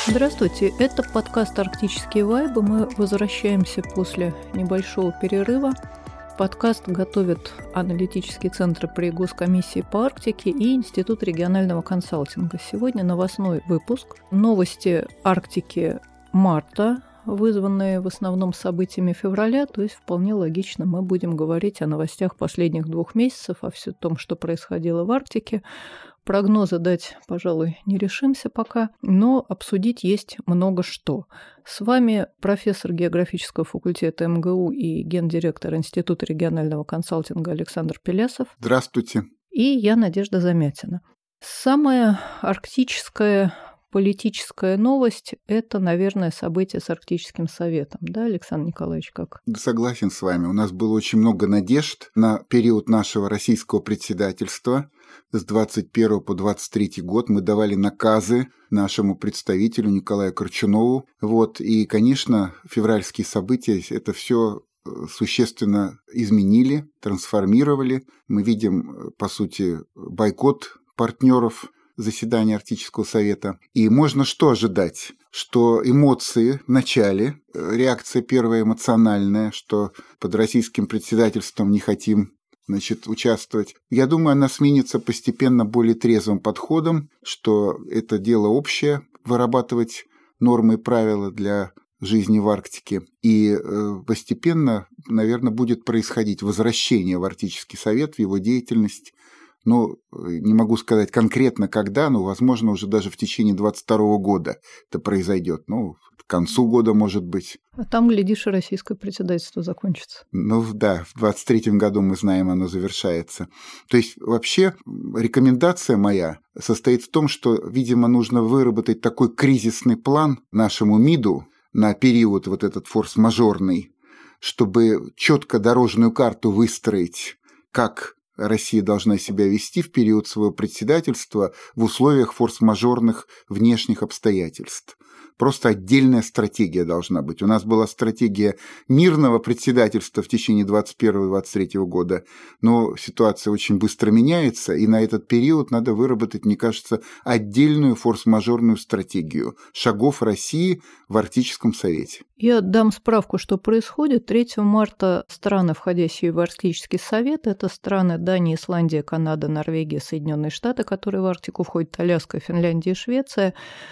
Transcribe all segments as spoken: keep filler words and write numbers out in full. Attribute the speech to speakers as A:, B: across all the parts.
A: Здравствуйте, это подкаст «Арктические вайбы». Мы возвращаемся после небольшого перерыва. Подкаст готовят аналитический центр при Госкомиссии по Арктике и Институт регионального консалтинга. Сегодня новостной выпуск. Новости Арктики марта, вызванные в основном событиями февраля, то есть вполне логично мы будем говорить о новостях последних двух месяцев, о всем том, что происходило в Арктике. Прогнозы дать, пожалуй, не решимся пока, но обсудить есть много что. С вами профессор географического факультета эм гэ у и гендиректор Института регионального консалтинга Александр Пелясов.
B: Здравствуйте.
A: И я, Надежда Замятина. Самая арктическая политическая новость – это, наверное, событие с Арктическим советом. Да, Александр Николаевич, как?
B: Согласен с вами. У нас было очень много надежд на период нашего российского председательства. С двадцать первого по двадцать третий год мы давали наказы нашему представителю Николаю Корчунову. Вот. И, конечно, февральские события – это все существенно изменили, трансформировали. Мы видим, по сути, бойкот партнеров заседания Арктического совета. И можно что ожидать? Что эмоции в начале, реакция первая эмоциональная, что под российским председательством не хотим, значит, участвовать. Я думаю, она сменится постепенно более трезвым подходом, что это дело общее, вырабатывать нормы и правила для жизни в Арктике. И постепенно, наверное, будет происходить возвращение в Арктический совет, в его деятельность. Ну, не могу сказать конкретно когда, но, возможно, уже даже в течение двадцать второго года это произойдет. Ну, к концу года, может быть.
A: А там, глядишь, и российское председательство закончится.
B: Ну, да, в двадцать третьем году, мы знаем, оно завершается. То есть, вообще, рекомендация моя состоит в том, что, видимо, нужно выработать такой кризисный план нашему МИДу на период вот этот форс-мажорный, чтобы четко дорожную карту выстроить, как Россия должна себя вести в период своего председательства в условиях форс-мажорных внешних обстоятельств. Просто отдельная стратегия должна быть. У нас была стратегия мирного председательства в течение двадцать первого - двадцать третьего года, но ситуация очень быстро меняется, и на этот период надо выработать, мне кажется, отдельную форс-мажорную стратегию шагов России в Арктическом совете.
A: Я дам справку, что происходит. третьего марта страны, входящие в Арктический совет, это страны Дания, Исландия, Канада, Норвегия, Соединенные Штаты, которые в Арктику входят, Аляска, Финляндия и Швеция,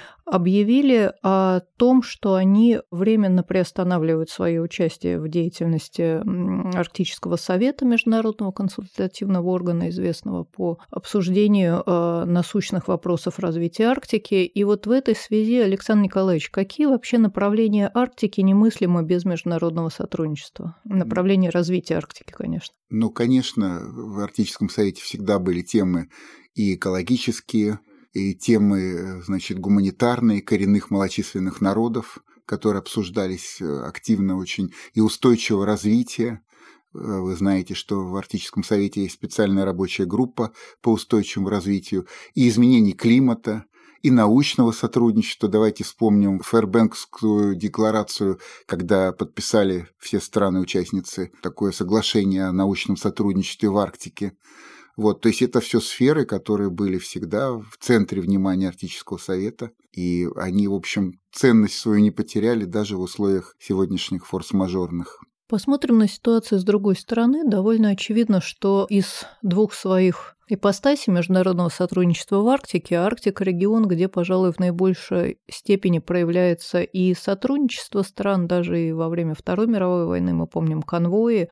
A: объявили о том, что они временно приостанавливают свое участие в деятельности Арктического совета, международного консультативного органа, известного по обсуждению насущных вопросов развития Арктики. И вот в этой связи, Александр Николаевич, какие вообще направления Арктики немыслимы без международного сотрудничества? Направления развития Арктики, конечно.
B: Ну, конечно, в Арктическом совете всегда были темы и экологические, и темы, значит, гуманитарные, коренных малочисленных народов, которые обсуждались активно очень, и устойчивого развития. Вы знаете, что в Арктическом совете есть специальная рабочая группа по устойчивому развитию, и изменений климата, и научного сотрудничества. Давайте вспомним Фэрбэнкскую декларацию, когда подписали все страны-участницы такое соглашение о научном сотрудничестве в Арктике. Вот, то есть это все сферы, которые были всегда в центре внимания Арктического совета, и они, в общем, ценность свою не потеряли даже в условиях сегодняшних форс-мажорных.
A: Посмотрим на ситуацию с другой стороны. Довольно очевидно, что из двух своих ипостасей международного сотрудничества в Арктике Арктика – регион, где, пожалуй, в наибольшей степени проявляется и сотрудничество стран, даже и во время Второй мировой войны, мы помним конвои,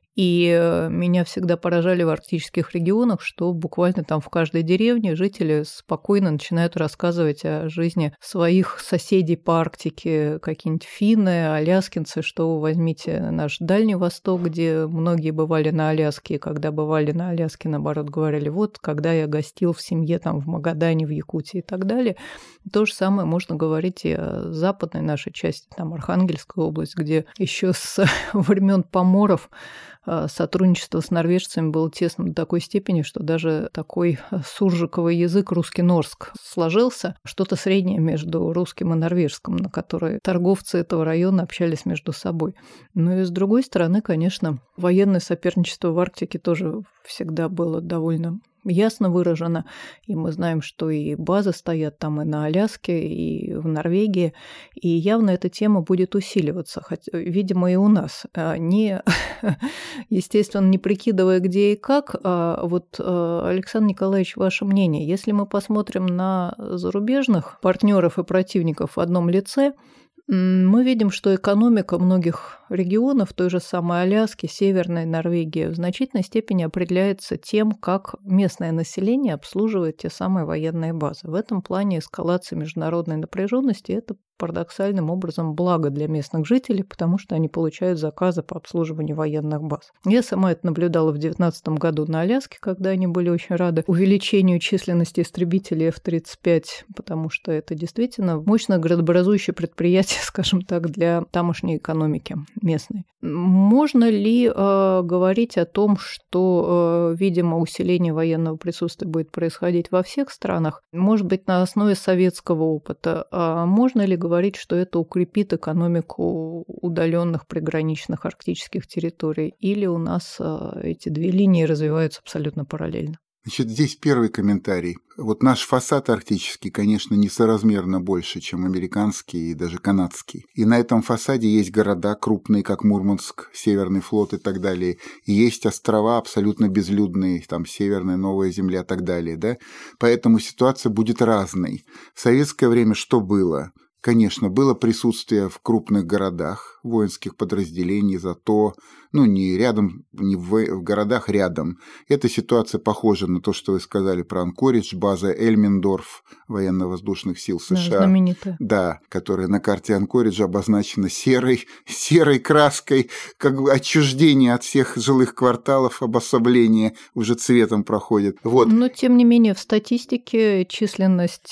A: и меня всегда поражали в арктических регионах, что буквально там в каждой деревне жители спокойно начинают рассказывать о жизни своих соседей по Арктике, какие-нибудь финны, аляскинцы, что возьмите наш Дальний Восток, где многие бывали на Аляске, и когда бывали на Аляске, наоборот, говорили, вот, когда я гостил в семье там в Магадане, в Якутии и так далее. То же самое можно говорить и о западной нашей части, там Архангельская область, где еще с времен поморов сотрудничество с норвежцами было тесным до такой степени, что даже такой суржиковый язык русский-норск сложился, что-то среднее между русским и норвежским, на которое торговцы этого района общались между собой. Ну и с другой стороны, конечно, военное соперничество в Арктике тоже всегда было довольно ясно выражено, и мы знаем, что и базы стоят там и на Аляске, и в Норвегии, и явно эта тема будет усиливаться, хотя, видимо, и у нас. Не, естественно, не прикидывая, где и как. А вот, Александр Николаевич, ваше мнение, если мы посмотрим на зарубежных партнеров и противников в одном лице, мы видим, что экономика многих регионов, той же самой Аляски, Северной Норвегии, в значительной степени определяется тем, как местное население обслуживает те самые военные базы. В этом плане эскалация международной напряженности – это парадоксальным образом благо для местных жителей, потому что они получают заказы по обслуживанию военных баз. Я сама это наблюдала в две тысячи девятнадцатом году на Аляске, когда они были очень рады увеличению численности истребителей эф тридцать пять, потому что это действительно мощное градообразующее предприятие, скажем так, для тамошней экономики местной. Можно ли э, говорить о том, что, э, видимо, усиление военного присутствия будет происходить во всех странах? Может быть, на основе советского опыта? А можно ли говорить, что это укрепит экономику удаленных приграничных арктических территорий? Или у нас э, эти две линии развиваются абсолютно параллельно?
B: Значит, здесь первый комментарий. Вот наш фасад арктический, конечно, несоразмерно больше, чем американский и даже канадский. И на этом фасаде есть города крупные, как Мурманск, Северный флот и так далее. И есть острова абсолютно безлюдные, там Северная, Новая Земля и так далее. Да? Поэтому ситуация будет разной. В советское время что было? Конечно, было присутствие в крупных городах воинских подразделений, зато, ну, не рядом, не в, в городах рядом. Эта ситуация похожа на то, что вы сказали про Анкоридж, база Эльминдорф военно-воздушных сил США.
A: Да, знаменитая.
B: Да, которая на карте Анкориджа обозначена серой, серой краской, как бы отчуждение от всех жилых кварталов, обособление уже цветом проходит. Вот.
A: Но, тем не менее, в статистике численность,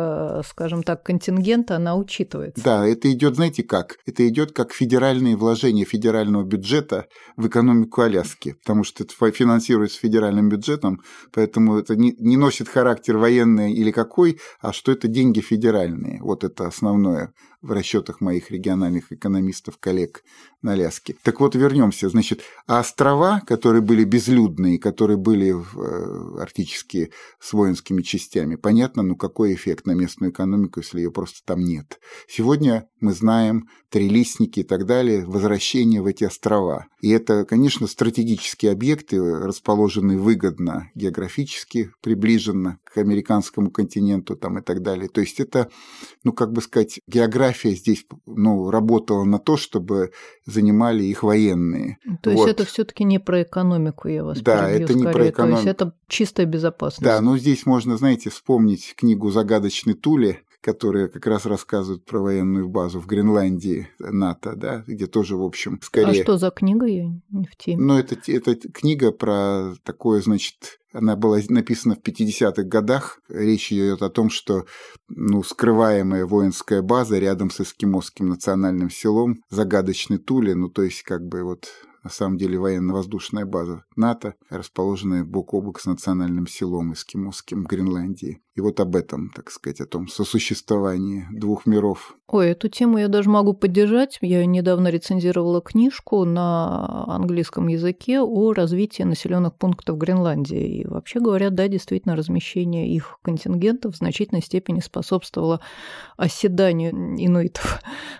A: скажем так, контингента, она учитывается.
B: Да, это идет, знаете как? Это идет как федеральные вложения федерального бюджета в экономику Аляски, потому что это финансируется федеральным бюджетом, поэтому это не, не носит характер военный или какой, а что это деньги федеральные. Вот это основное в расчетах моих региональных экономистов, коллег на Аляске. Так вот, вернемся. Значит, а острова, которые были безлюдные, которые были в, арктические с воинскими частями, понятно, ну какой эффект на местную экономику, если ее просто там нет. Сегодня мы знаем трилистники и так далее, возвращение в эти острова. И это, конечно, стратегические объекты, расположенные выгодно географически, приближенно к американскому континенту там, и так далее. То есть это, ну как бы сказать, география здесь ну, работала на то, чтобы занимали их военные.
A: То есть вот. Это все-таки не про экономику, я вас
B: да,
A: перебью,
B: это не
A: скорее.
B: про экономику.
A: То есть это чистая безопасность.
B: Да, но здесь можно, знаете, вспомнить книгу «Загадочный Туле», которые как раз рассказывают про военную базу в Гренландии НАТО, да, где тоже, в общем, скорее...
A: А что за книга? Я не в теме.
B: Ну, это, это книга про такое, значит... Она была написана в пятидесятых годах. Речь идет о том, что ну, скрываемая воинская база рядом с эскимосским национальным селом, загадочный Туле, ну, то есть как бы вот... На самом деле военно-воздушная база НАТО, расположенная бок о бок с национальным селом эскимосским в Гренландии. И вот об этом, так сказать, о том сосуществовании двух миров.
A: Ой, эту тему я даже могу поддержать. Я недавно рецензировала книжку на английском языке о развитии населенных пунктов Гренландии. И вообще говоря, да, действительно, размещение их контингентов в значительной степени способствовало оседанию инуитов,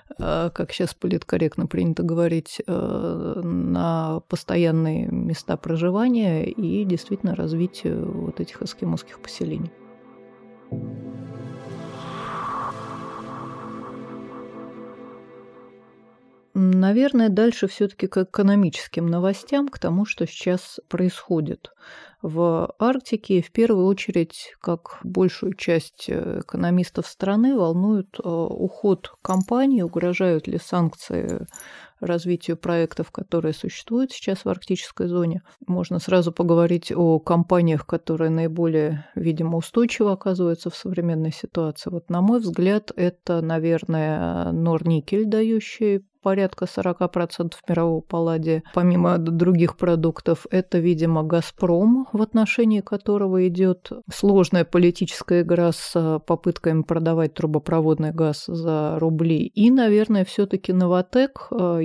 A: как сейчас политкорректно принято говорить, на постоянные места проживания и действительно развитию вот этих эскимосских поселений. Наверное, дальше все-таки к экономическим новостям, к тому, что сейчас происходит в Арктике. И в первую очередь, как большую часть экономистов страны, волнует уход компаний, угрожают ли санкции развитию проектов, которые существуют сейчас в арктической зоне. Можно сразу поговорить о компаниях, которые наиболее, видимо, устойчиво оказываются в современной ситуации. Вот, на мой взгляд, это, наверное, Норникель, дающий порядка сорок процентов мирового палладия, помимо других продуктов. Это, видимо, «Газпром», в отношении которого идет сложная политическая игра с попытками продавать трубопроводный газ за рубли. И, наверное, все-таки «Новатэк»,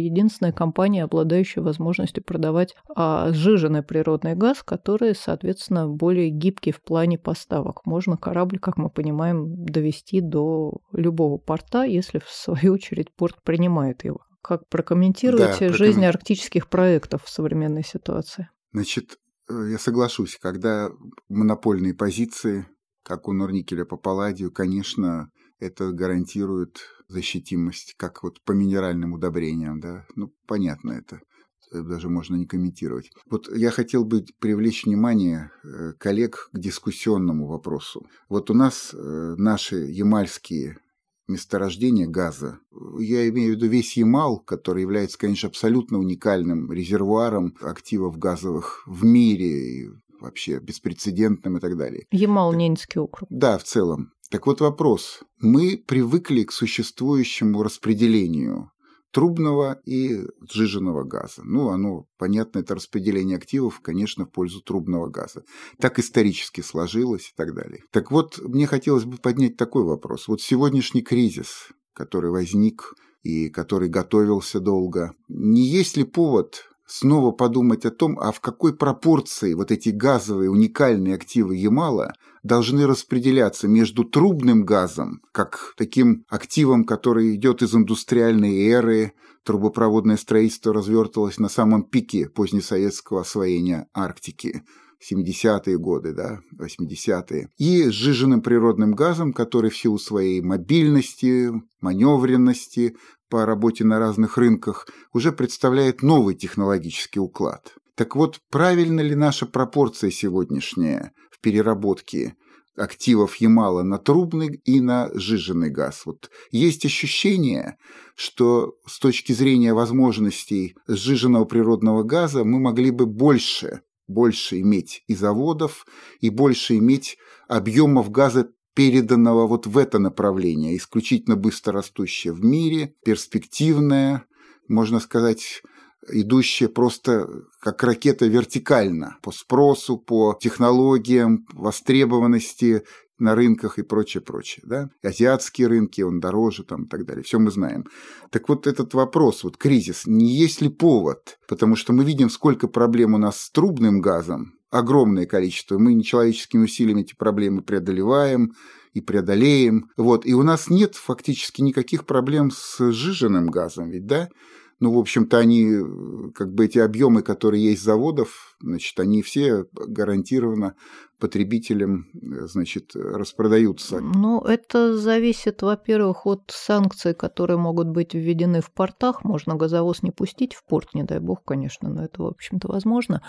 A: единственная компания, обладающая возможностью продавать а, сжиженный природный газ, который, соответственно, более гибкий в плане поставок. Можно корабль, как мы понимаем, довести до любого порта, если, в свою очередь, порт принимает его. Как прокомментируете да, жизнь проком... арктических проектов в современной ситуации?
B: Значит, я соглашусь, когда монопольные позиции, как у Норникеля по палладию, конечно, это гарантирует защитимость, как вот по минеральным удобрениям, да, ну, понятно это, даже можно не комментировать. Вот я хотел бы привлечь внимание коллег к дискуссионному вопросу. Вот у нас наши ямальские месторождения газа, я имею в виду весь Ямал, который является, конечно, абсолютно уникальным резервуаром активов газовых в мире, и вообще беспрецедентным и так далее.
A: Ямал-Ненецкий округ.
B: Да, в целом. Так вот вопрос. Мы привыкли к существующему распределению трубного и сжиженного газа. Ну, оно, понятно, это распределение активов, конечно, в пользу трубного газа. Так исторически сложилось и так далее. Так вот, мне хотелось бы поднять такой вопрос. Вот сегодняшний кризис, который возник и который готовился долго, не есть ли повод снова подумать о том, а в какой пропорции вот эти газовые уникальные активы Ямала должны распределяться между трубным газом, как таким активом, который идет из индустриальной эры, трубопроводное строительство развертывалось на самом пике позднесоветского освоения Арктики, семидесятые годы, да, восьмидесятые, и сжиженным природным газом, который в силу своей мобильности, маневренности, по работе на разных рынках, уже представляет новый технологический уклад. Так вот, правильно ли наша пропорция сегодняшняя в переработке активов Ямала на трубный и на сжиженный газ? Вот есть ощущение, что с точки зрения возможностей сжиженного природного газа мы могли бы больше, больше иметь и заводов, и больше иметь объемов газа, переданного вот в это направление, исключительно быстрорастущее в мире, перспективное, можно сказать, идущее просто как ракета вертикально по спросу, по технологиям, востребованности на рынках и прочее, прочее. Да? Азиатские рынки, он дороже там, и так далее. Все мы знаем. Так вот этот вопрос, вот кризис, не есть ли повод? Потому что мы видим, сколько проблем у нас с трубным газом, огромное количество. Мы нечеловеческими усилиями эти проблемы преодолеваем и преодолеем. Вот. И у нас нет фактически никаких проблем с сжиженным газом, ведь, да? Ну, в общем-то, они, как бы эти объемы, которые есть заводов, значит, они все гарантированно потребителям, значит, распродаются.
A: Ну, это зависит, во-первых, от санкций, которые могут быть введены в портах. Можно газовоз не пустить в порт, не дай бог, конечно, но это, в общем-то, возможно.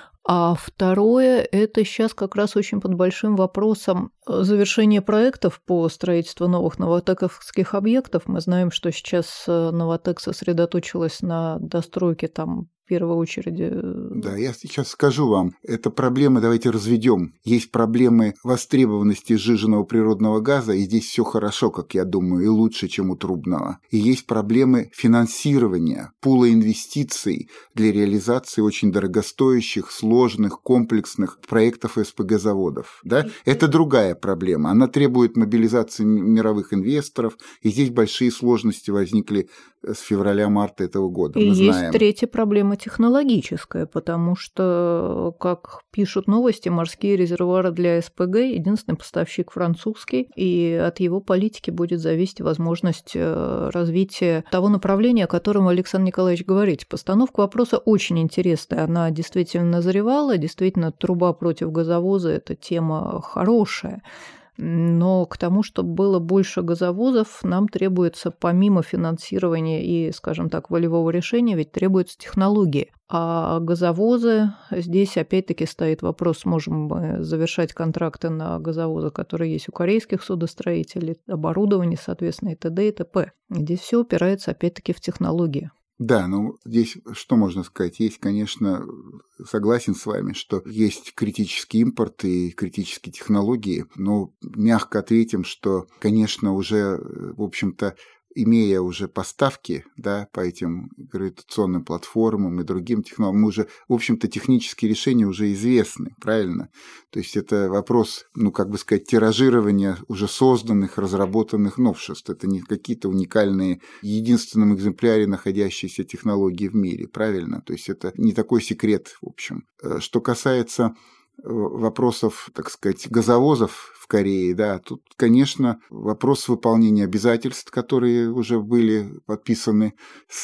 A: А второе, это сейчас как раз очень под большим вопросом завершение проектов по строительству новых новотековских объектов. Мы знаем, что сейчас Новотек сосредоточилась на достройке там в первую очередь.
B: Да, я сейчас скажу вам, это проблемы, давайте разведем. Есть проблемы востребованности сжиженного природного газа, и здесь все хорошо, как я думаю, и лучше, чем у трубного. И есть проблемы финансирования, пула инвестиций для реализации очень дорогостоящих, сложных, комплексных проектов эс пэ гэ-заводов. Да? Это другая проблема. Она требует мобилизации мировых инвесторов, и здесь большие сложности возникли с февраля-марта этого года.
A: И
B: мы
A: есть
B: знаем.
A: Третья проблема технологическая, потому что, как пишут новости, морские резервуары для эс пэ гэ единственный поставщик французский, и от его политики будет зависеть возможность развития того направления, о котором Александр Николаевич говорит. Постановка вопроса очень интересная, она действительно назревала, действительно труба против газовоза – это тема хорошая. Но к тому, чтобы было больше газовозов, нам требуется помимо финансирования и, скажем так, волевого решения, ведь требуются технологии. А газовозы, здесь опять-таки стоит вопрос, сможем мы завершать контракты на газовозы, которые есть у корейских судостроителей, оборудование, соответственно, и т.д. и т.п. Здесь все упирается опять-таки в технологии.
B: Да, ну здесь что можно сказать? Есть, конечно, согласен с вами, что есть критический импорт и критические технологии, но мягко ответим, что, конечно, уже, в общем-то, имея уже поставки, да, по этим гравитационным платформам и другим технологиям, мы уже, в общем-то, технические решения уже известны, правильно? То есть это вопрос, ну, как бы сказать, тиражирования уже созданных, разработанных новшеств. Это не какие-то уникальные, в единственном экземпляре находящиеся технологии в мире, правильно? То есть это не такой секрет, в общем. Что касается вопросов, так сказать, газовозов в Корее, да, тут, конечно, вопрос выполнения обязательств, которые уже были подписаны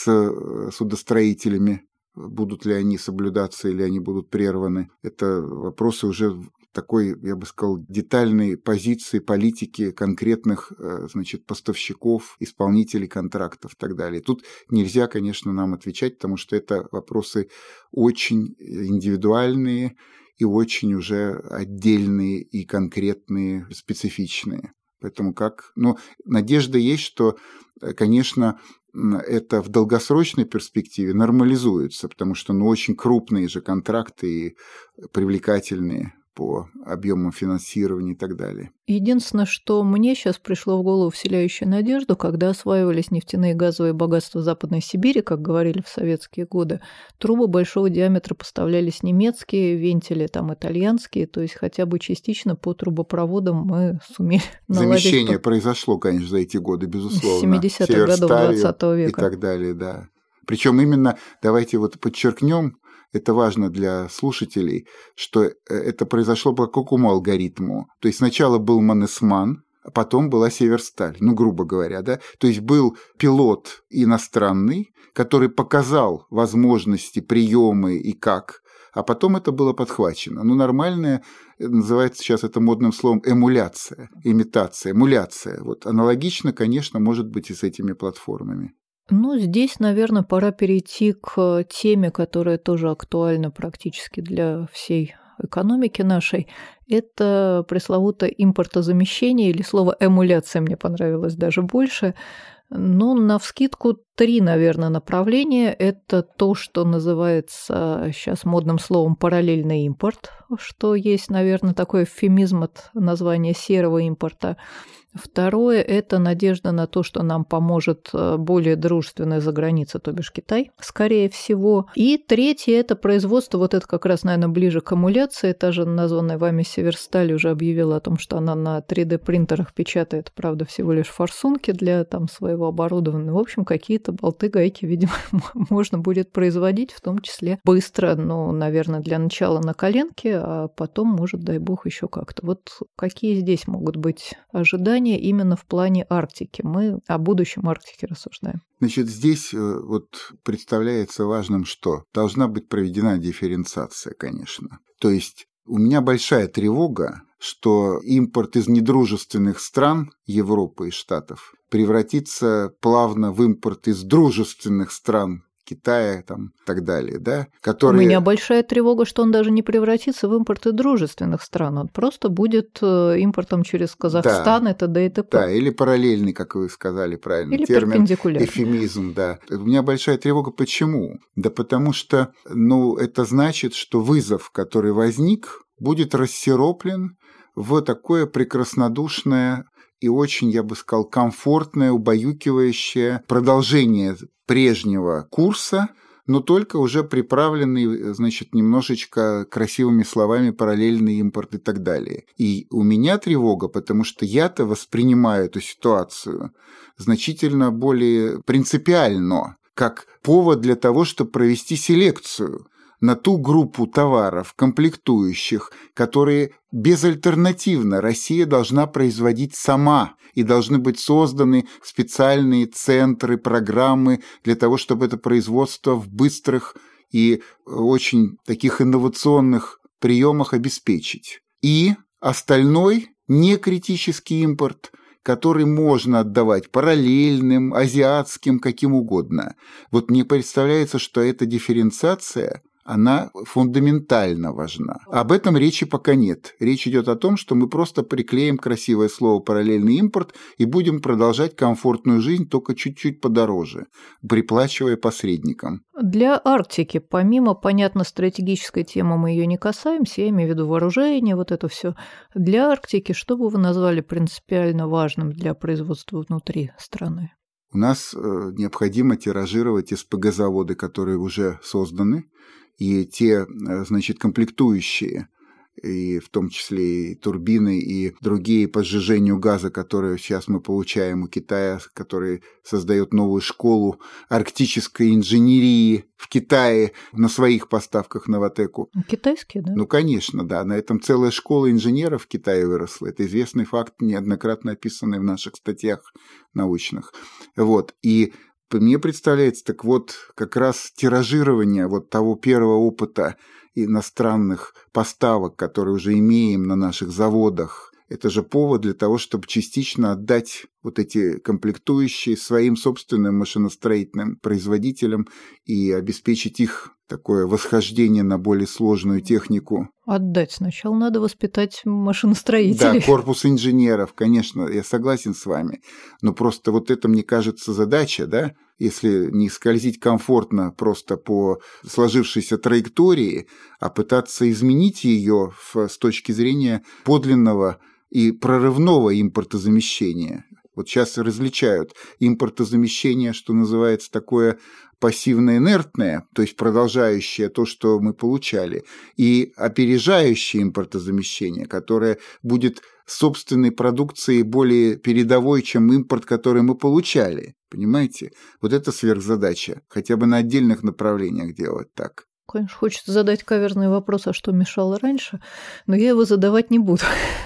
B: с судостроителями, будут ли они соблюдаться или они будут прерваны. Это вопросы уже такой, я бы сказал, детальной позиции политики конкретных, значит, поставщиков, исполнителей контрактов и так далее. Тут нельзя, конечно, нам отвечать, потому что это вопросы очень индивидуальные и очень уже отдельные и конкретные, специфичные. Поэтому как... Ну, надежда есть, что, конечно, это в долгосрочной перспективе нормализуется, потому что, ну, очень крупные же контракты и привлекательные по объемам финансирования и так далее.
A: Единственное, что мне сейчас пришло в голову, вселяющее надежду, когда осваивались нефтяные и газовые богатства Западной Сибири, как говорили в советские годы, трубы большого диаметра поставлялись немецкие, вентили там итальянские, то есть хотя бы частично по трубопроводам мы сумели наладить.
B: Замещение по... произошло, конечно, за эти годы, безусловно.
A: С семидесятых годов двадцатого века.
B: И так далее, да. Причем именно, давайте вот подчеркнем, это важно для слушателей, что это произошло по какому алгоритму. То есть сначала был Манnesmann, а потом была Северсталь, ну, грубо говоря, да. То есть был пилот иностранный, который показал возможности, приемы и как, а потом это было подхвачено. Ну, нормальная, называется сейчас это модным словом, эмуляция, имитация, эмуляция. Вот аналогично, конечно, может быть и с этими платформами.
A: Ну, здесь, наверное, пора перейти к теме, которая тоже актуальна практически для всей экономики нашей. Это пресловутое импортозамещение, или слово эмуляция мне понравилось даже больше. Ну, навскидку три, наверное, направления. Это то, что называется сейчас модным словом параллельный импорт, что есть, наверное, такой эвфемизм от названия серого импорта. Второе – это надежда на то, что нам поможет более дружественная заграница, то бишь Китай, скорее всего. И третье – это производство, вот это как раз, наверное, ближе к эмуляции. Та же названная вами Северсталь уже объявила о том, что она на три дэ принтерах печатает, правда, всего лишь форсунки для там своего оборудования. В общем, какие-то болты, гайки, видимо, можно будет производить, в том числе быстро, ну, наверное, для начала на коленке, а потом, может, дай бог, еще как-то. Вот какие здесь могут быть ожидания именно в плане Арктики? Мы о будущем Арктики рассуждаем.
B: Значит, здесь вот представляется важным, что должна быть проведена дифференциация, конечно. То есть у меня большая тревога, что импорт из недружественных стран Европы и Штатов превратится плавно в импорт из дружественных стран Китая там, и так далее, да, которые...
A: У меня большая тревога, что он даже не превратится в импорт из дружественных стран, он просто будет импортом через Казахстан, да, и т.д. и т.п.
B: Да, или параллельный, как вы сказали правильно,
A: или
B: термин, эвфемизм, да. У меня большая тревога, почему? Да потому что, ну, это значит, что вызов, который возник, будет рассероплен в такое прекраснодушное и очень, я бы сказал, комфортное, убаюкивающее продолжение прежнего курса, но только уже приправленный, значит, немножечко красивыми словами параллельный импорт и так далее. И у меня тревога, потому что я-то воспринимаю эту ситуацию значительно более принципиально, как повод для того, чтобы провести селекцию на ту группу товаров, комплектующих, которые безальтернативно Россия должна производить сама, и должны быть созданы специальные центры, программы для того, чтобы это производство в быстрых и очень таких инновационных приемах обеспечить. И остальной некритический импорт, который можно отдавать параллельным, азиатским, каким угодно. Вот мне представляется, что эта дифференциация, она фундаментально важна. Об этом речи пока нет. Речь идет о том, что мы просто приклеим красивое слово «параллельный импорт» и будем продолжать комфортную жизнь, только чуть-чуть подороже, приплачивая посредникам.
A: Для Арктики, помимо, понятно, стратегической темы, мы ее не касаемся, я имею в виду вооружение, вот это все. Для Арктики что бы вы назвали принципиально важным для производства внутри страны?
B: У нас необходимо тиражировать эс пэ гэ-заводы, которые уже созданы, и те, значит, комплектующие, и в том числе и турбины, и другие по сжижению газа, которые сейчас мы получаем у Китая, который создает новую школу арктической инженерии в Китае на своих поставках Новатэку.
A: Китайские, да?
B: Ну, конечно, да. На этом целая школа инженеров в Китае выросла. Это известный факт, неоднократно описанный в наших статьях научных. Вот. И мне представляется, так вот, как раз тиражирование вот того первого опыта иностранных поставок, которые уже имеем на наших заводах, это же повод для того, чтобы частично отдать вот эти комплектующие своим собственным машиностроительным производителям и обеспечить их такое восхождение на более сложную технику.
A: Отдать. Сначала надо воспитать машиностроителей.
B: Да, корпус инженеров, конечно, я согласен с вами. Но просто вот это, мне кажется, задача, да, если не скользить комфортно просто по сложившейся траектории, а пытаться изменить ее в, с точки зрения подлинного и прорывного импортозамещения. Вот сейчас различают импортозамещение, что называется, такое пассивно-инертное, то есть продолжающее то, что мы получали, и опережающее импортозамещение, которое будет собственной продукцией более передовой, чем импорт, который мы получали. Понимаете? Вот это сверхзадача. Хотя бы на отдельных направлениях делать так.
A: Конечно, хочется задать каверный вопрос, а что мешало раньше, но я его задавать не буду.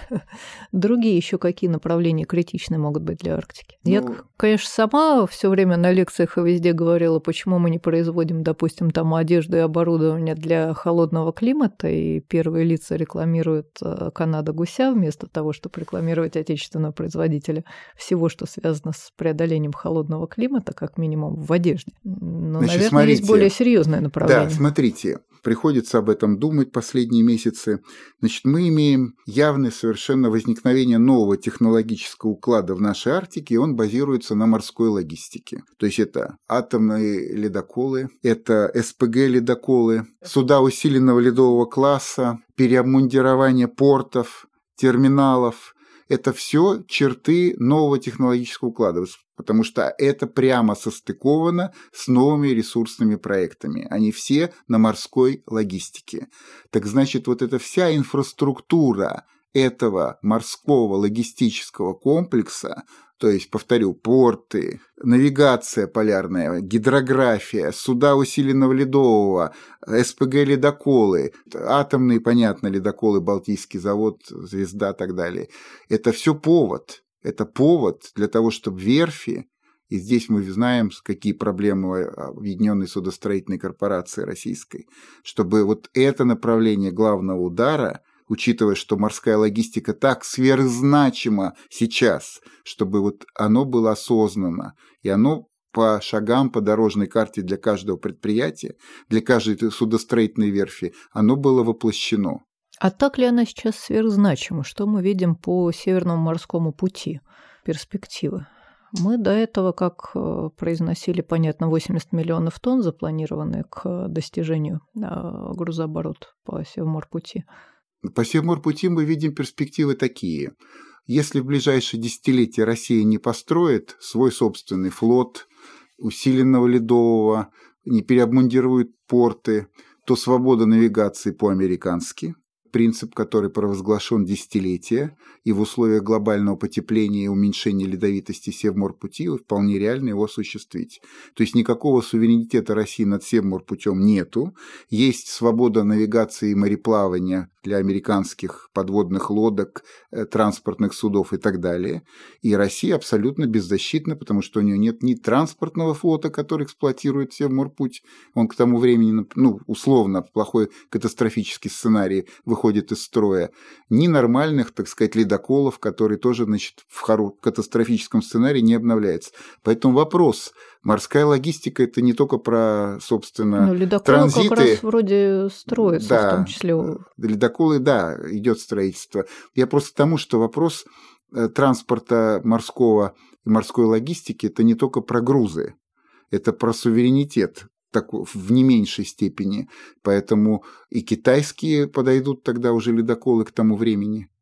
A: Другие еще какие направления критичны могут быть для Арктики? Ну, я, конечно, сама все время на лекциях и везде говорила, почему мы не производим, допустим, там одежду и оборудование для холодного климата, и первые лица рекламируют Канада гуся вместо того, чтобы рекламировать отечественного производителя всего, что связано с преодолением холодного климата, как минимум в одежде. Но,
B: Значит,
A: наверное,
B: смотрите,
A: есть более серьезное направление.
B: Да, смотрите. Приходится об этом думать последние месяцы. Значит, мы имеем явное совершенно возникновение нового технологического уклада в нашей Арктике, и он базируется на морской логистике. То есть это атомные ледоколы, это эс пэ гэ-ледоколы, суда усиленного ледового класса, переобмундирование портов, терминалов. Это все черты нового технологического уклада, потому что это прямо состыковано с новыми ресурсными проектами. Они все на морской логистике. Так значит, вот эта вся инфраструктура этого морского логистического комплекса, то есть, повторю, порты, навигация полярная, гидрография, суда усиленного ледового, эс пэ гэ-ледоколы, атомные, понятно, ледоколы, Балтийский завод, Звезда и так далее. Это все повод. Это повод для того, чтобы верфи, и здесь мы знаем, какие проблемы Объединенной судостроительной корпорации российской, чтобы вот это направление главного удара, учитывая, что морская логистика так сверхзначима сейчас, чтобы вот оно было осознанно, и оно по шагам, по дорожной карте для каждого предприятия, для каждой судостроительной верфи, оно было воплощено.
A: А так ли она сейчас сверхзначима? Что мы видим по Северному морскому пути? Перспективы. Мы до этого, как произносили, понятно, восемьдесят миллионов тонн, запланированные к достижению грузооборота по Севморпути.
B: По Севморпути мы видим перспективы такие. Если в ближайшие десятилетия Россия не построит свой собственный флот усиленного ледового, не переобмундирует порты, то свобода навигации по-американски, принцип, который провозглашен десятилетия, и в условиях глобального потепления и уменьшения ледовитости Севморпути вполне реально его осуществить. То есть никакого суверенитета России над Севморпутем нету. Есть свобода навигации и мореплавания для американских подводных лодок, транспортных судов и так далее. И Россия абсолютно беззащитна, потому что у нее нет ни транспортного флота, который эксплуатирует Севморпуть. Он к тому времени, ну, условно, плохой катастрофический сценарий выходит из строя. Ни нормальных, так сказать, ледоколов, которые тоже, значит, в катастрофическом сценарии не обновляются. Поэтому вопрос. Морская логистика – это не только про, собственно, ну, транзиты.
A: Как раз вроде строится, да, в том числе.
B: Ледоколы, да, идет строительство. Я просто к тому, что вопрос транспорта морского и морской логистики – это не только про грузы, это про суверенитет в не меньшей степени. Поэтому и китайские подойдут тогда уже ледоколы к тому времени.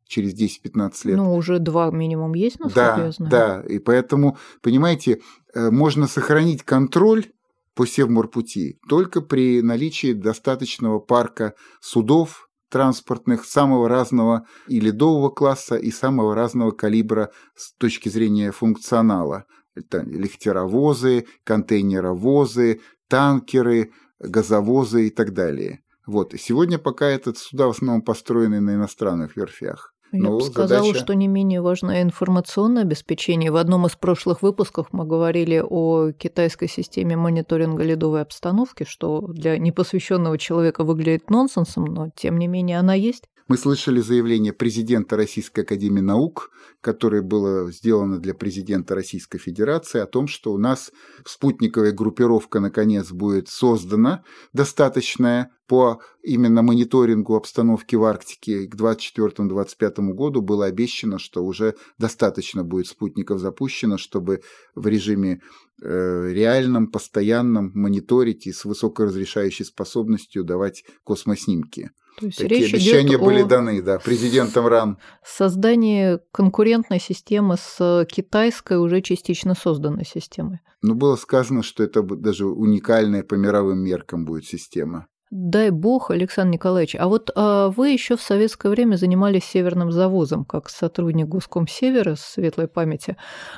B: через десять-пятнадцать лет.
A: Ну, уже два минимум есть, насколько
B: да,
A: я знаю.
B: Да, и поэтому, понимаете, можно сохранить контроль по Севморпути только при наличии достаточного парка судов транспортных самого разного и ледового класса, и самого разного калибра с точки зрения функционала. Это лихтеровозы, контейнеровозы, танкеры, газовозы и так далее. Вот. И сегодня пока этот суда в основном построены на иностранных верфях.
A: Я
B: Но
A: бы сказала,
B: задача...
A: что не менее важно информационное обеспечение. В одном из прошлых выпусков мы говорили о китайской системе мониторинга ледовой обстановки, что для непосвященного человека выглядит нонсенсом, но тем не менее она есть.
B: Мы слышали заявление президента Российской академии наук, которое было сделано для президента Российской Федерации, о том, что у нас спутниковая группировка наконец будет создана, достаточная по именно мониторингу обстановки в Арктике. К двадцать четвёртому — двадцать пятому году было обещано, что уже достаточно будет спутников запущено, чтобы в режиме э, реальном, постоянном мониторить и с высокоразрешающей способностью давать космоснимки.
A: То есть
B: Такие
A: речь
B: обещания
A: идет
B: были
A: о
B: даны, да, президентом РАН.
A: Создании конкурентной системы с китайской уже частично созданной системой.
B: Но было сказано, что это даже уникальная по мировым меркам будет система.
A: Дай бог, Александр Николаевич. А вот а вы еще в советское время занимались северным завозом, как сотрудник Госкомсевера, светлой памяти.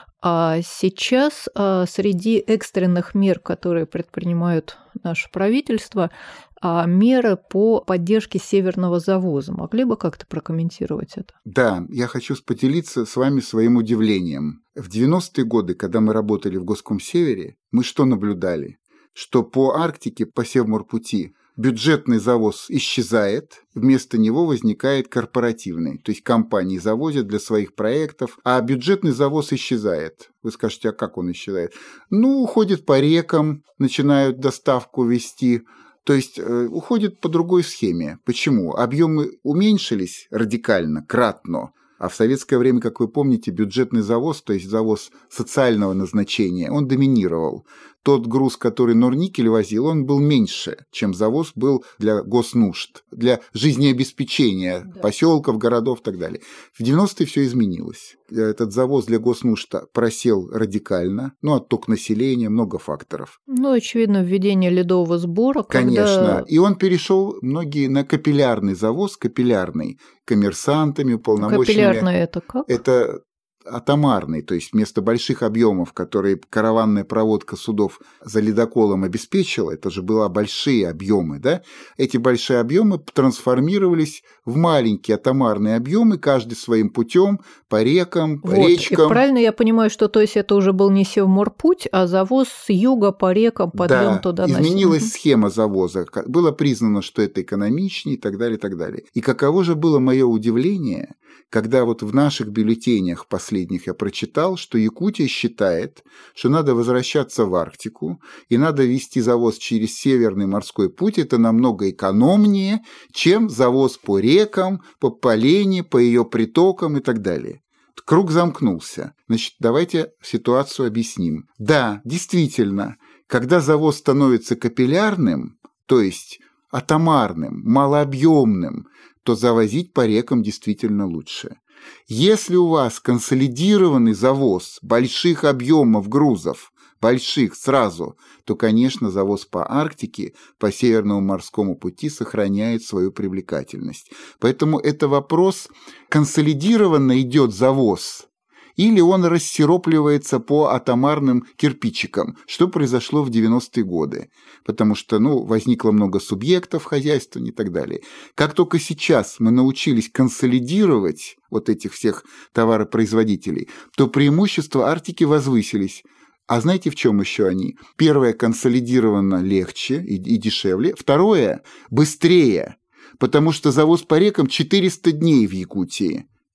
A: А сейчас а, среди экстренных мер, которые предпринимают наше правительство, а меры по поддержке северного завоза. Могли бы как-то прокомментировать это? Да,
B: я хочу поделиться с вами своим удивлением. В девяностые годы, когда мы работали в Госкомсевере, мы что наблюдали? Что по Арктике, по Севморпути бюджетный завоз исчезает, вместо него возникает корпоративный. То есть компании завозят для своих проектов, а бюджетный завоз исчезает. Вы скажете, а как он исчезает? Ну, уходит по рекам, начинают доставку вести. То есть э, уходит по другой схеме. Почему? Объемы уменьшились радикально, кратно. А в советское время, как вы помните, бюджетный завоз, то есть завоз социального назначения, он доминировал. Тот груз, который Норникель возил, он был меньше, чем завоз был для госнужд, для жизнеобеспечения да. поселков, городов и так далее. В девяностые все изменилось. Этот завоз для госнужд просел радикально, ну, отток населения, много факторов.
A: Ну, очевидно, введение ледового сбора.
B: Конечно.
A: Когда...
B: И он перешел, многие, на капиллярный завоз, капиллярный, коммерсантами, уполномоченными.
A: Капиллярный это как?
B: Это атомарный, то есть вместо больших объемов, которые караванная проводка судов за ледоколом обеспечила, это же были большие объемы, да? Эти большие объемы трансформировались в маленькие атомарные объемы, каждый своим путем, по рекам, по
A: вот,
B: речкам.
A: И правильно я понимаю, что то есть это уже был не Севморпуть, а завоз с юга по рекам, подъем
B: да,
A: туда.
B: изменилась
A: на...
B: схема завоза. Было признано, что это экономичнее и так далее, и так далее. И каково же было мое удивление, когда вот в наших бюллетенях последних я прочитал, что Якутия считает, что надо возвращаться в Арктику и надо вести завоз через Северный морской путь. Это намного экономнее, чем завоз по рекам, по Полене, по ее притокам и так далее. Круг замкнулся. Значит, давайте ситуацию объясним. Да, действительно, когда завоз становится капиллярным, то есть атомарным, малообъемным, то завозить по рекам действительно лучше. Если у вас консолидированный завоз больших объемов грузов, больших сразу, то, конечно, завоз по Арктике, по Северному морскому пути сохраняет свою привлекательность. Поэтому это вопрос, консолидированно идет завоз, или он рассиропливается по атомарным кирпичикам, что произошло в девяностые годы, потому что ну, возникло много субъектов хозяйства и так далее. Как только сейчас мы научились консолидировать вот этих всех товаропроизводителей, то преимущества Арктики возвысились. А знаете, в чем еще они? Первое, консолидировано легче и, и дешевле. Второе, быстрее, потому что завоз по рекам четыреста дней в Якутии.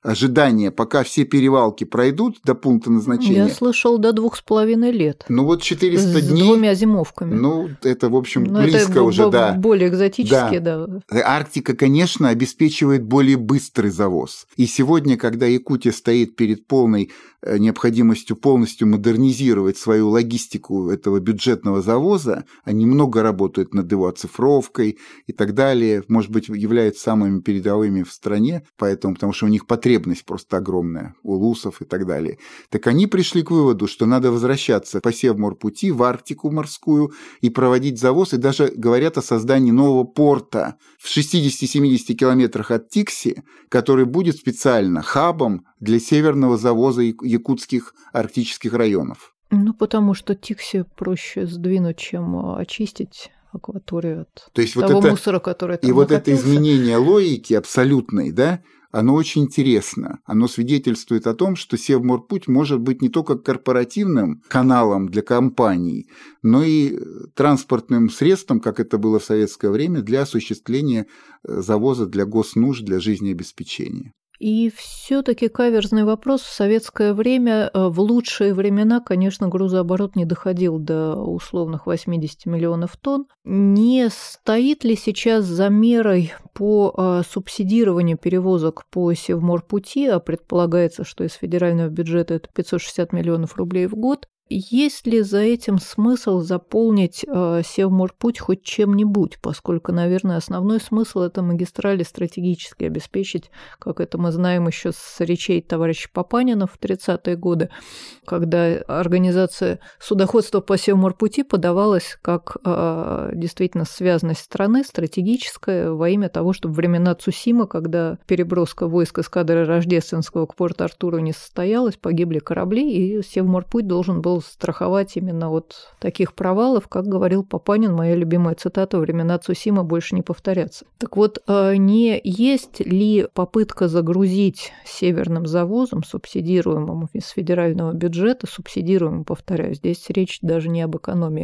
B: ожидание, пока все перевалки пройдут до пункта назначения.
A: Я слышал, до двух с половиной лет.
B: Ну вот четыреста дней.
A: С двумя зимовками.
B: Ну, это, в общем,
A: Но
B: близко
A: это
B: уже, да.
A: Более экзотические, да.
B: да. Арктика, конечно, обеспечивает более быстрый завоз. И сегодня, когда Якутия стоит перед полной необходимостью полностью модернизировать свою логистику этого бюджетного завоза, они много работают над его оцифровкой и так далее, может быть, являются самыми передовыми в стране, поэтому, потому что у них потребность просто огромная, у лусов и так далее. Так они пришли к выводу, что надо возвращаться по Севморпути в Арктику морскую и проводить завоз, и даже говорят о создании нового порта в шестидесяти-семидесяти километрах от Тикси, который будет специально хабом для северного завоза якутских арктических районов.
A: Ну, потому что Тикси проще сдвинуть, чем очистить акваторию от
B: То есть
A: того
B: вот это,
A: мусора, который там
B: и вот
A: накопился.
B: это изменение логики абсолютной, да, оно очень интересно. Оно свидетельствует о том, что Севморпуть может быть не только корпоративным каналом для компаний, но и транспортным средством, как это было в советское время, для осуществления завоза для госнужд, для жизнеобеспечения.
A: И все-таки каверзный вопрос. В советское время, в лучшие времена, конечно, грузооборот не доходил до условных восьмидесяти миллионов тонн. Не стоит ли сейчас за мерой по субсидированию перевозок по Севморпути, а предполагается, что из федерального бюджета это пятьсот шестьдесят миллионов рублей в год, есть ли за этим смысл заполнить э, Севморпуть хоть чем-нибудь, поскольку, наверное, основной смысл это магистрали стратегически обеспечить, как это мы знаем еще с речей товарища Папанина в тридцатые годы, когда организация судоходства по Севморпути подавалась как э, действительно связанность страны стратегическая во имя того, чтобы времена Цусимы, когда переброска войск эскадры Рождественского к Порт-Артуру не состоялась, погибли корабли, и Севморпуть должен был страховать именно от таких провалов, как говорил Папанин, моя любимая цитата, времена Цусимы больше не повторятся. Так вот, не есть ли попытка загрузить северным завозом, субсидируемым из федерального бюджета, субсидируемым, повторяю, здесь речь даже не об экономии,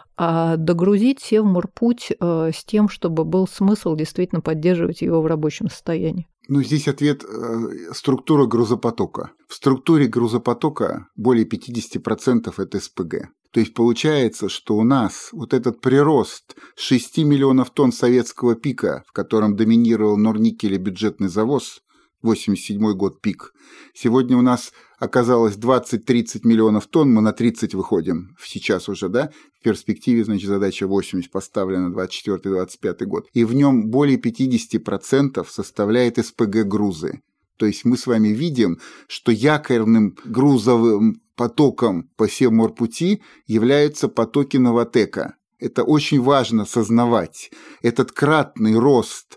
A: а догрузить Севморпуть с тем, чтобы был смысл действительно поддерживать его в рабочем состоянии?
B: Ну, здесь ответ – структура грузопотока. В структуре грузопотока более пятьдесят процентов это СПГ. То есть получается, что у нас вот этот прирост шести миллионов тонн советского пика, в котором доминировал Норникель и бюджетный завоз, восемьдесят седьмой год пик, сегодня у нас оказалось двадцать-тридцать миллионов тонн, мы на тридцать выходим сейчас уже, да? В перспективе, значит, задача восемьдесят поставлена, двадцать четвёртый - двадцать пятый год. И в нем более пятьдесят процентов составляет СПГ-грузы. То есть мы с вами видим, что якорным грузовым потоком по Севморпути являются потоки Новатэка. Это очень важно сознавать. Этот кратный рост,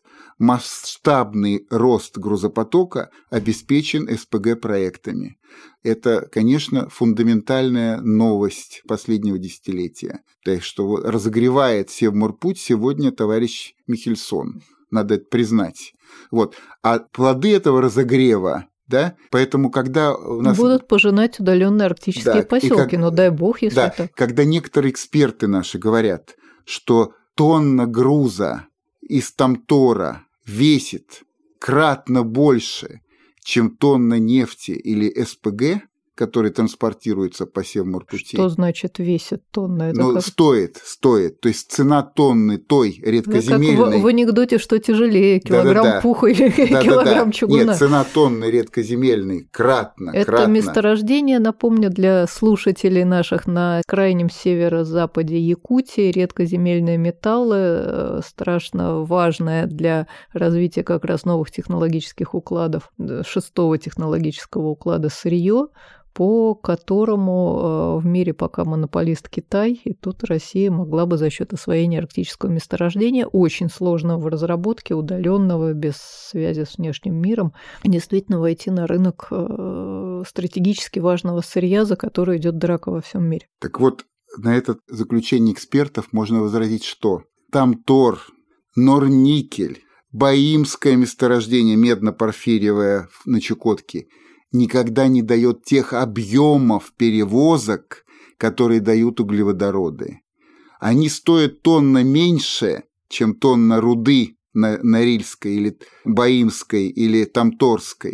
B: масштабный рост грузопотока обеспечен СПГ-проектами. Это, конечно, фундаментальная новость последнего десятилетия. Так что разогревает Севморпуть сегодня товарищ Михельсон. Надо это признать. Вот. А плоды этого разогрева, да, поэтому когда у нас...
A: Будут пожинать удаленные арктические
B: да,
A: поселки,
B: как...
A: но дай бог, если
B: да,
A: так.
B: Когда некоторые эксперты наши говорят, что тонна груза из Тамтора весит кратно больше, чем тонна нефти или СПГ, который транспортируется по Севморпути.
A: Что значит весит тонна? Это
B: ну,
A: как...
B: стоит, стоит. То есть цена тонны той редкоземельной...
A: Ну, как в, в анекдоте, что тяжелее, килограмм
B: Да-да-да.
A: пуха или
B: Да-да-да.
A: килограмм чугуна.
B: Нет, цена тонны редкоземельной кратно,
A: Это
B: кратно.
A: месторождение, напомню, для слушателей наших на крайнем северо-западе Якутии. Редкоземельные металлы, страшно важное для развития как раз новых технологических укладов, шестого технологического уклада сырье, по которому в мире пока монополист Китай, и тут Россия могла бы за счет освоения арктического месторождения, очень сложного в разработке, удаленного, без связи с внешним миром, действительно войти на рынок стратегически важного сырья, за который идет драка во всем мире.
B: Так вот, на это заключение экспертов можно возразить, что Тамтор, Норникель, Баимское месторождение медно-порфириевое на Чукотке никогда не дает тех объемов перевозок, которые дают углеводороды. Они стоят тонна меньше, чем тонна руды Норильской или Баимской или Тамторской,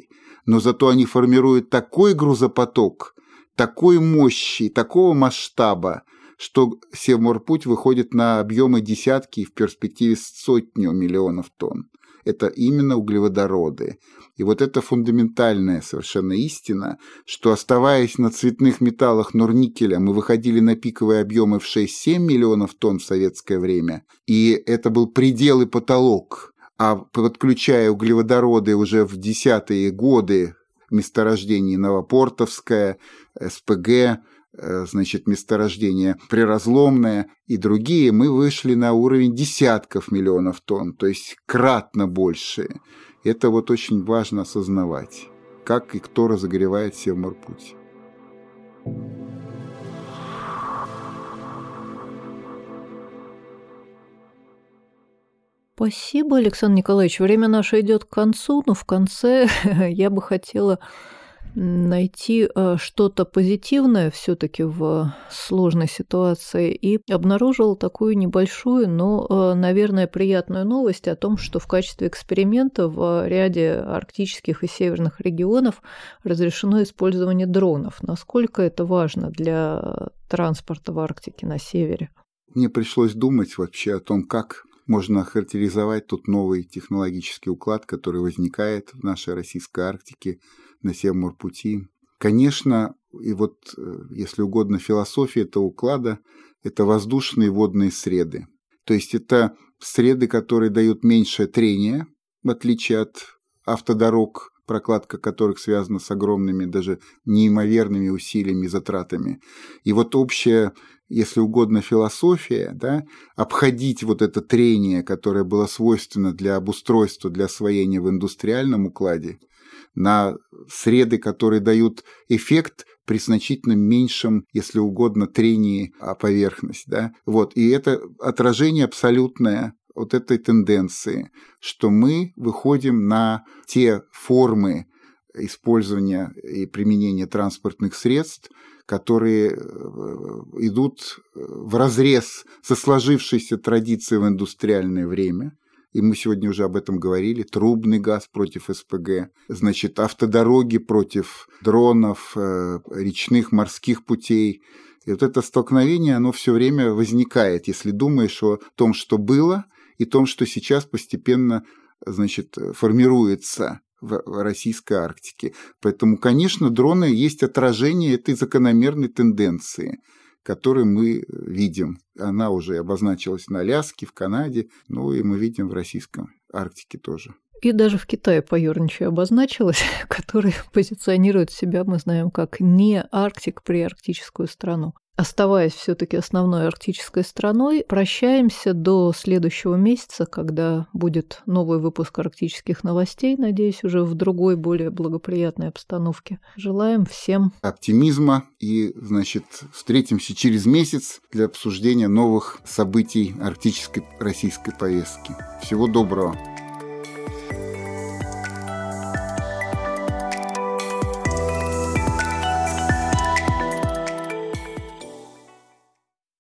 B: но зато они формируют такой грузопоток, такой мощи, такого масштаба, что Севморпуть выходит на объемы десятки и в перспективе сотню миллионов тонн. Это именно углеводороды. И вот это фундаментальная совершенно истина, что, оставаясь на цветных металлах норникеля, мы выходили на пиковые объемы в шесть-семь миллионов тонн в советское время, и это был предел и потолок. А подключая углеводороды уже в десятые годы, месторождение Новопортовское, СПГ, значит, месторождение Приразломное и другие, мы вышли на уровень десятков миллионов тонн, то есть кратно больше. Это вот очень важно осознавать, как и кто разогревает Севморпуть.
A: Спасибо, Александр Николаевич. Время наше идет к концу, но в конце я бы хотела найти что-то позитивное все-таки в сложной ситуации и обнаружила такую небольшую, но, наверное, приятную новость о том, что в качестве эксперимента в ряде арктических и северных регионов разрешено использование дронов. Насколько это важно для транспорта в Арктике на севере?
B: Мне пришлось думать вообще о том, как можно охарактеризовать тот новый технологический уклад, который возникает в нашей российской Арктике на Севморпути. Конечно, и вот, если угодно, философия этого уклада – это воздушные и водные среды. То есть это среды, которые дают меньшее трение, в отличие от автодорог, прокладка которых связана с огромными, даже неимоверными усилиями и затратами. И вот общая, если угодно, философия, да, обходить вот это трение, которое было свойственно для обустройства, для освоения в индустриальном укладе, на среды, которые дают эффект при значительно меньшем, если угодно, трении о поверхность. Да? Вот. И это отражение абсолютное вот этой тенденции, что мы выходим на те формы использования и применения транспортных средств, которые идут вразрез со сложившейся традицией в индустриальное время. И мы сегодня уже об этом говорили. Трубный газ против СПГ, значит, автодороги против дронов, речных, морских путей. И вот это столкновение, оно все время возникает, если думаешь о том, что было, и том, что сейчас постепенно, значит, формируется в российской Арктике. Поэтому, конечно, дроны есть отражение этой закономерной тенденции, которую мы видим. Она уже обозначилась на Аляске, в Канаде, ну и мы видим в российской Арктике тоже.
A: И даже в Китае поёрничье обозначилась, который позиционирует себя, мы знаем, как не Арктик, приарктическую страну. Оставаясь все-таки основной арктической страной, прощаемся до следующего месяца, когда будет новый выпуск арктических новостей, надеюсь, уже в другой, более благоприятной обстановке. Желаем всем
B: оптимизма и, значит, встретимся через месяц для обсуждения новых событий арктической российской повестки. Всего доброго.